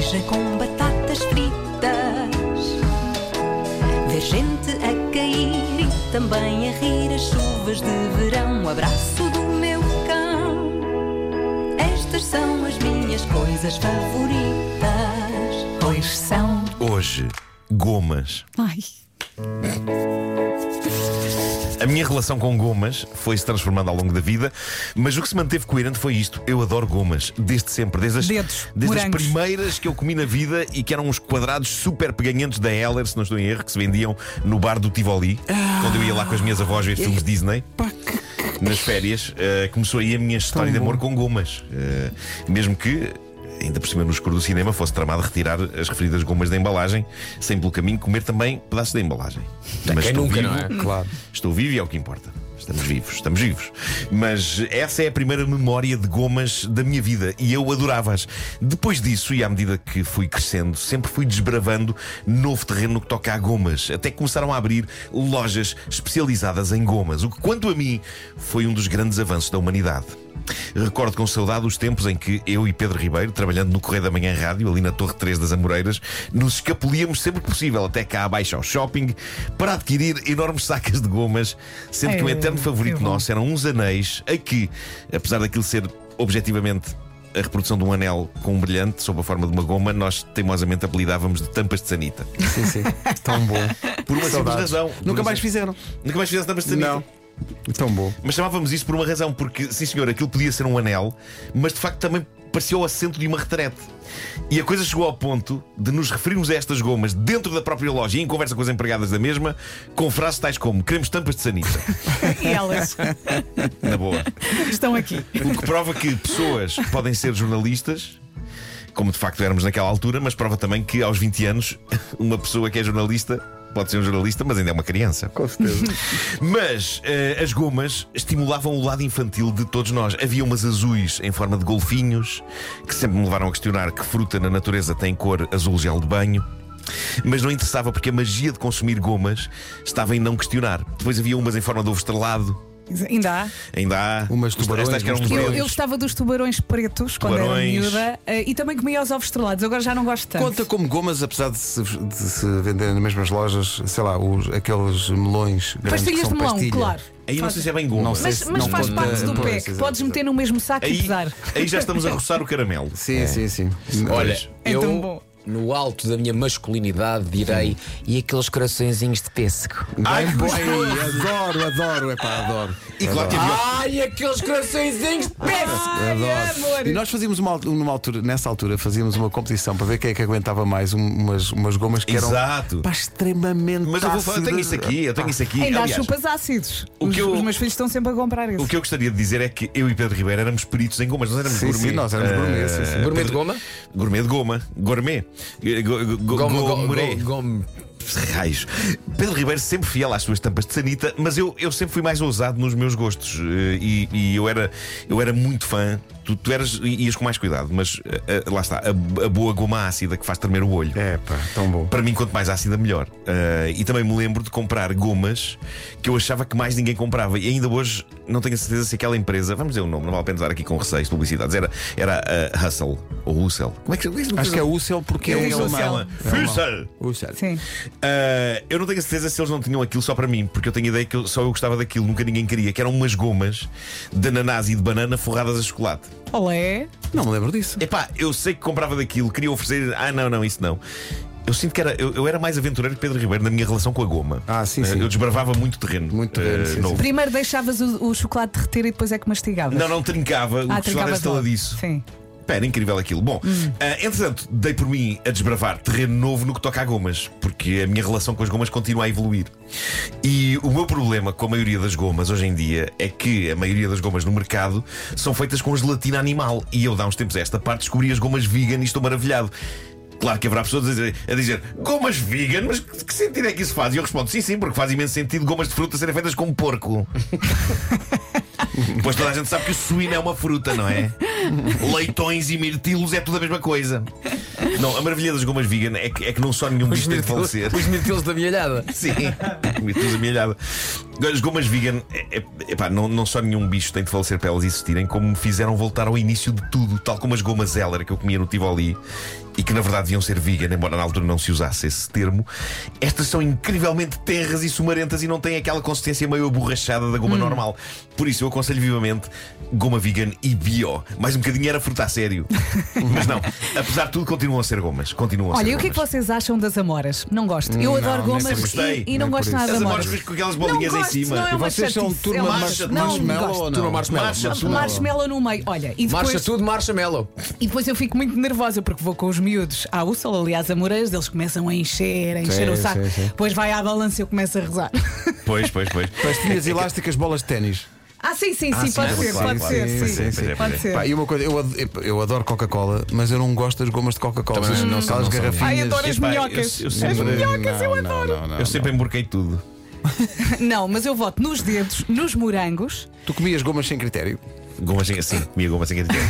seja com batatas fritas. Ver gente a cair e também a rir as chuvas de verão. O abraço do meu cão. Estas são as minhas coisas favoritas. Pois são. Hoje, gomas. Ai. A minha relação com gomas foi-se transformando ao longo da vida, mas o que se manteve coerente foi isto. Eu adoro gomas, desde sempre, desde Dedos, as morangos. primeiras que eu comi na vida e que eram uns quadrados super peganhentos da Heller, se não estou em erro, que se vendiam no bar do Tivoli, quando eu ia lá com as minhas avós ver filmes Disney. Nas férias, começou aí a minha história de amor com gomas. Mesmo que, ainda por cima no escuro do cinema, fosse tramado retirar as referidas gomas da embalagem, sem pelo caminho comer também pedaços da embalagem. Mas quem estou nunca, vivo, não é? Claro. Estou vivo e é o que importa. Estamos vivos. Mas essa é a primeira memória de gomas da minha vida e eu adorava-as. Depois disso, e à medida que fui crescendo, sempre fui desbravando novo terreno no que toca a gomas. Até que começaram a abrir lojas especializadas em gomas, o que, quanto a mim, foi um dos grandes avanços da humanidade. Recordo com saudade os tempos em que eu e Pedro Ribeiro, trabalhando no Correio da Manhã Rádio, ali na Torre 3 das Amoreiras, nos escapulíamos sempre que possível até cá abaixo ao shopping para adquirir enormes sacas de gomas, sendo que o eterno favorito nosso eram uns anéis a que, apesar daquilo ser objetivamente a reprodução de um anel com um brilhante sob a forma de uma goma, nós teimosamente apelidávamos de tampas de sanita. Sim. Tão bom. Por uma simples razão. Nunca mais fizeram. Nunca mais fizeste tampas de sanita? Não. Tão bom. Mas chamávamos isso por uma razão, porque, sim senhor, aquilo podia ser um anel, mas de facto também parecia o assento de uma retrete. E a coisa chegou ao ponto de nos referirmos a estas gomas dentro da própria loja e em conversa com as empregadas da mesma, com frases tais como: queremos tampas de sanita. E elas Na boa. estão aqui. O que prova que pessoas podem ser jornalistas, como de facto éramos naquela altura, mas prova também que aos 20 anos uma pessoa que é jornalista pode ser um jornalista, mas ainda é uma criança. Com certeza. Mas as gomas estimulavam o lado infantil de todos nós. Havia umas azuis em forma de golfinhos, que sempre me levaram a questionar que fruta na natureza tem cor azul gel de banho. Mas não interessava, porque a magia de consumir gomas estava em não questionar. Depois havia umas em forma de ovo estrelado. Ainda há. Ainda há Umas tubarões, estas que eram uns uns Eu dedos. gostava dos tubarões pretos quando era Tubarões. miúda e também comia os ovos estrelados. Agora já não gosto tanto. Conta como gomas, apesar de se venderem nas mesmas lojas, sei lá, aqueles melões grandes que Pastilhas são de melão, pastilha. claro. Aí não sei se é bem goma. Não sei Mas, se mas não faz conta- parte do pois, pack. exato, Podes meter no mesmo saco e pesar. Aí já estamos a roçar o caramelo. Sim. Olha, É tão eu, bom. no alto da minha masculinidade, direi: e aqueles coraçõezinhos de pêssego? Ai, adoro, adoro. E claro que havia. Ai, aqueles coraçõezinhos de pêssego! Ai, amor. E nós fazíamos numa altura, nessa altura, fazíamos uma competição para ver quem é que aguentava mais umas gomas que eram Exato. pá, extremamente Mas eu vou falar, eu tenho isso aqui. Ainda há Aliás, chupas ácidos. o que eu- Os meus filhos estão sempre a comprar isso. o que eu gostaria de dizer é que eu e Pedro Ribeiro éramos peritos em gomas, nós éramos Sim, gourmet. sim, nós éramos gourmet, sim, sim. Gourmet de goma? Gourmet de goma. Gourmet. Gourmet. Goma. Raios. Pedro Ribeiro sempre fiel às suas tampas de sanita, mas eu sempre fui mais ousado nos meus gostos. E eu era muito fã. Tu ias com mais cuidado, mas lá está, a boa goma ácida que faz tremer o olho. É pá, tão bom. Para mim, quanto mais ácida, melhor. E também me lembro de comprar gomas que eu achava que mais ninguém comprava. E ainda hoje não tenho a certeza se aquela empresa, vamos dizer o nome, não vale a pena usar aqui com receios de publicidades, era a Hustle ou Hussel. Como é que Acho que é Ussel porque é Ussel. alemão. Fussel. Ussel. Sim. Eu não tenho a certeza se eles não tinham aquilo só para mim, porque eu tenho a ideia que só eu gostava daquilo, nunca ninguém queria, que eram umas gomas de ananás e de banana forradas a chocolate. Olé. Não me lembro disso. Epá, eu sei que comprava daquilo, queria oferecer. Não, isso não. Eu sinto que eu era mais aventureiro que Pedro Ribeiro na minha relação com a goma. Sim. Eu desbravava muito terreno. Muito terreno, sim, novo. Primeiro deixavas o chocolate derreter e depois é que mastigavas. Não, trincava. O chocolate era trincavas logo. estaladiço. Sim. Era incrível aquilo. Bom, entretanto, dei por mim a desbravar terreno novo no que toca a gomas, porque a minha relação com as gomas continua a evoluir. E o meu problema com a maioria das gomas hoje em dia é que a maioria das gomas no mercado são feitas com gelatina animal. E eu, de há uns tempos a esta parte, descobri as gomas vegan e estou maravilhado. Claro que haverá pessoas a dizer gomas vegan, mas que sentido é que isso faz? E eu respondo: sim, porque faz imenso sentido gomas de fruta serem feitas com porco. Pois toda a gente sabe que o suíno é uma fruta, não é? Leitões e mirtilos é tudo a mesma coisa. Não, a maravilha das gomas vegan é que não só nenhum bicho tem de falecer. Os mirtilos da mielhada. Sim, mirtilos da mielhada. As gomas vegan, epá, não só nenhum bicho tem de falecer para elas existirem, como me fizeram voltar ao início de tudo, tal como as gomas Zeller que eu comia no Tivoli e que na verdade deviam ser vegan, embora na altura não se usasse esse termo. Estas são incrivelmente tenras e sumarentas e não têm aquela consistência meio aborrachada da goma normal. Por isso eu aconselho vivamente goma vegan e bio. Mais um bocadinho era fruta a sério. Mas não, apesar de tudo, continuam a ser gomas. Continuam a ser Olha, e o gomas. que é que vocês acham das amoras? Não gosto. Eu adoro nem gomas sempre gostei. e não Nem gosto por nada As de amoras amoras. com aquelas bolinhas Não em gosto, cima. não é uma Vocês são chatice, turma é uma- marcha- não marshmallow gosto. ou não? Turma marshmallow. Marshmallow no meio. Olha, e Marcha depois, tudo, marshmallow. eu fico muito nervosa porque vou com os miúdos à Úrsula, ali às Amoreiras, eles começam a encher Sim, o saco. sim, sim. Depois vai à balança e eu começo a rezar. Pois. Pastilhas elásticas, bolas de ténis. Sim, sim, pode ser, claro, pode claro. ser, Sim, sim. Pode ser. Pá, e uma coisa, eu adoro Coca-Cola, mas eu não gosto das gomas de Coca-Cola. Também não são- Aquelas não são garrafinhas. Ai, adoro as Epá, minhocas. eu As sempre- minhocas eu adoro. Eu sempre emborquei tudo. Não, mas eu voto nos dedos, nos morangos. Tu comias gomas sem critério? Gomas assim, comia gomas sem critério.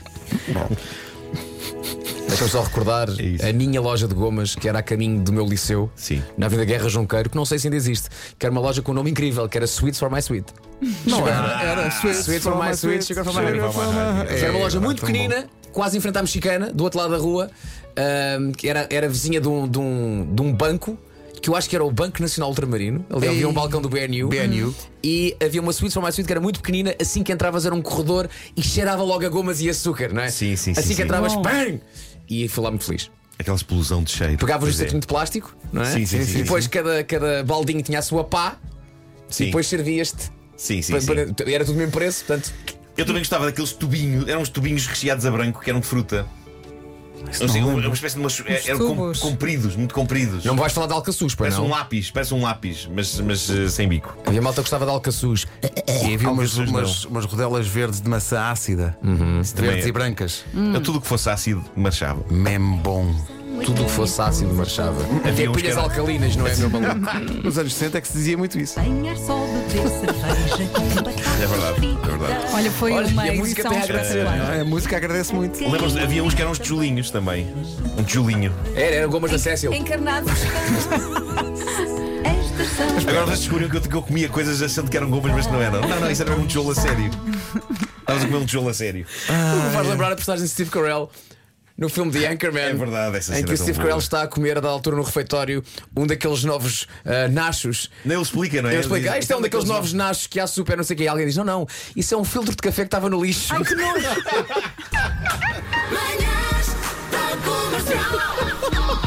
Deixa-me só recordar É isso. a minha loja de gomas, que era a caminho do meu liceu, Sim. na Avenida Guerra Junqueiro, que não sei se ainda existe, que era uma loja com um nome incrível, que era Sweets for My Sweet. Não era Sweets for my sweet, sugar for my honey. Era uma loja muito pequenina, quase em frente à Mexicana, do outro lado da rua, que era vizinha de um banco, que eu acho que era o Banco Nacional Ultramarino. Ali havia um balcão do BNU. E havia uma Sweets for My Sweet que era muito pequenina. Assim que entravas era um corredor e cheirava logo a gomas e açúcar, não é? Sim, sim, Assim sim, que sim. entravas, Bom. bang! E fui lá muito feliz. Aquela explosão de cheiro. Pegavas o Pois é. saquinho de plástico, não é? Sim, sim, sim, E depois cada baldinho tinha a sua pá. Sim. E depois servias-te. Sim. Era tudo mesmo preço, portanto. Eu também gostava daqueles tubinhos, eram uns tubinhos recheados a branco que eram de fruta. Não sei, uma espécie de umas. Eram tubos. compridos, muito compridos. Não me vais falar de alcaçuz, pois Parece não? parece um lápis, mas sem bico. Havia malta que gostava de alcaçuz. E havia Alcaçuz umas rodelas verdes de maçã ácida. Verdes Também é. e brancas. Eu tudo o que fosse ácido marchava. Mesmo bom. Tudo o que fosse ácido marchava. Até Havia uns que pilhas era- alcalinas, não é, meu maluco? Nos anos 60 é que se dizia muito isso. Banhar só beber cerveja com batatas É verdade, fritas. é verdade. Olha, foi Olha, uma e a música edição tem a agradecer, espetacular. A música agradece muito. Lembram-se? Havia uns que eram uns tijolinhos também. Um tijolinho. Eram gomas da Cécil. Encarnados. Estas são Agora vocês descobriram que eu comia coisas achando que eram gomas, mas não eram. Não, isso era um tijolo a sério. Estavas a comer um tijolo a sério. Me faz lembrar a personagem de Steve Carell no filme The Anchorman. É verdade, essa em cena que é o tão Steve boa. Carell está a comer a da altura no refeitório um daqueles novos nachos. Nem ele explica, não é? Ele explica, diz, isto é um daqueles novos nachos que há super, não sei o que. E alguém diz, não, isso é um filtro de café que estava no lixo. Ai, que nojo. Manhãs da Comercial.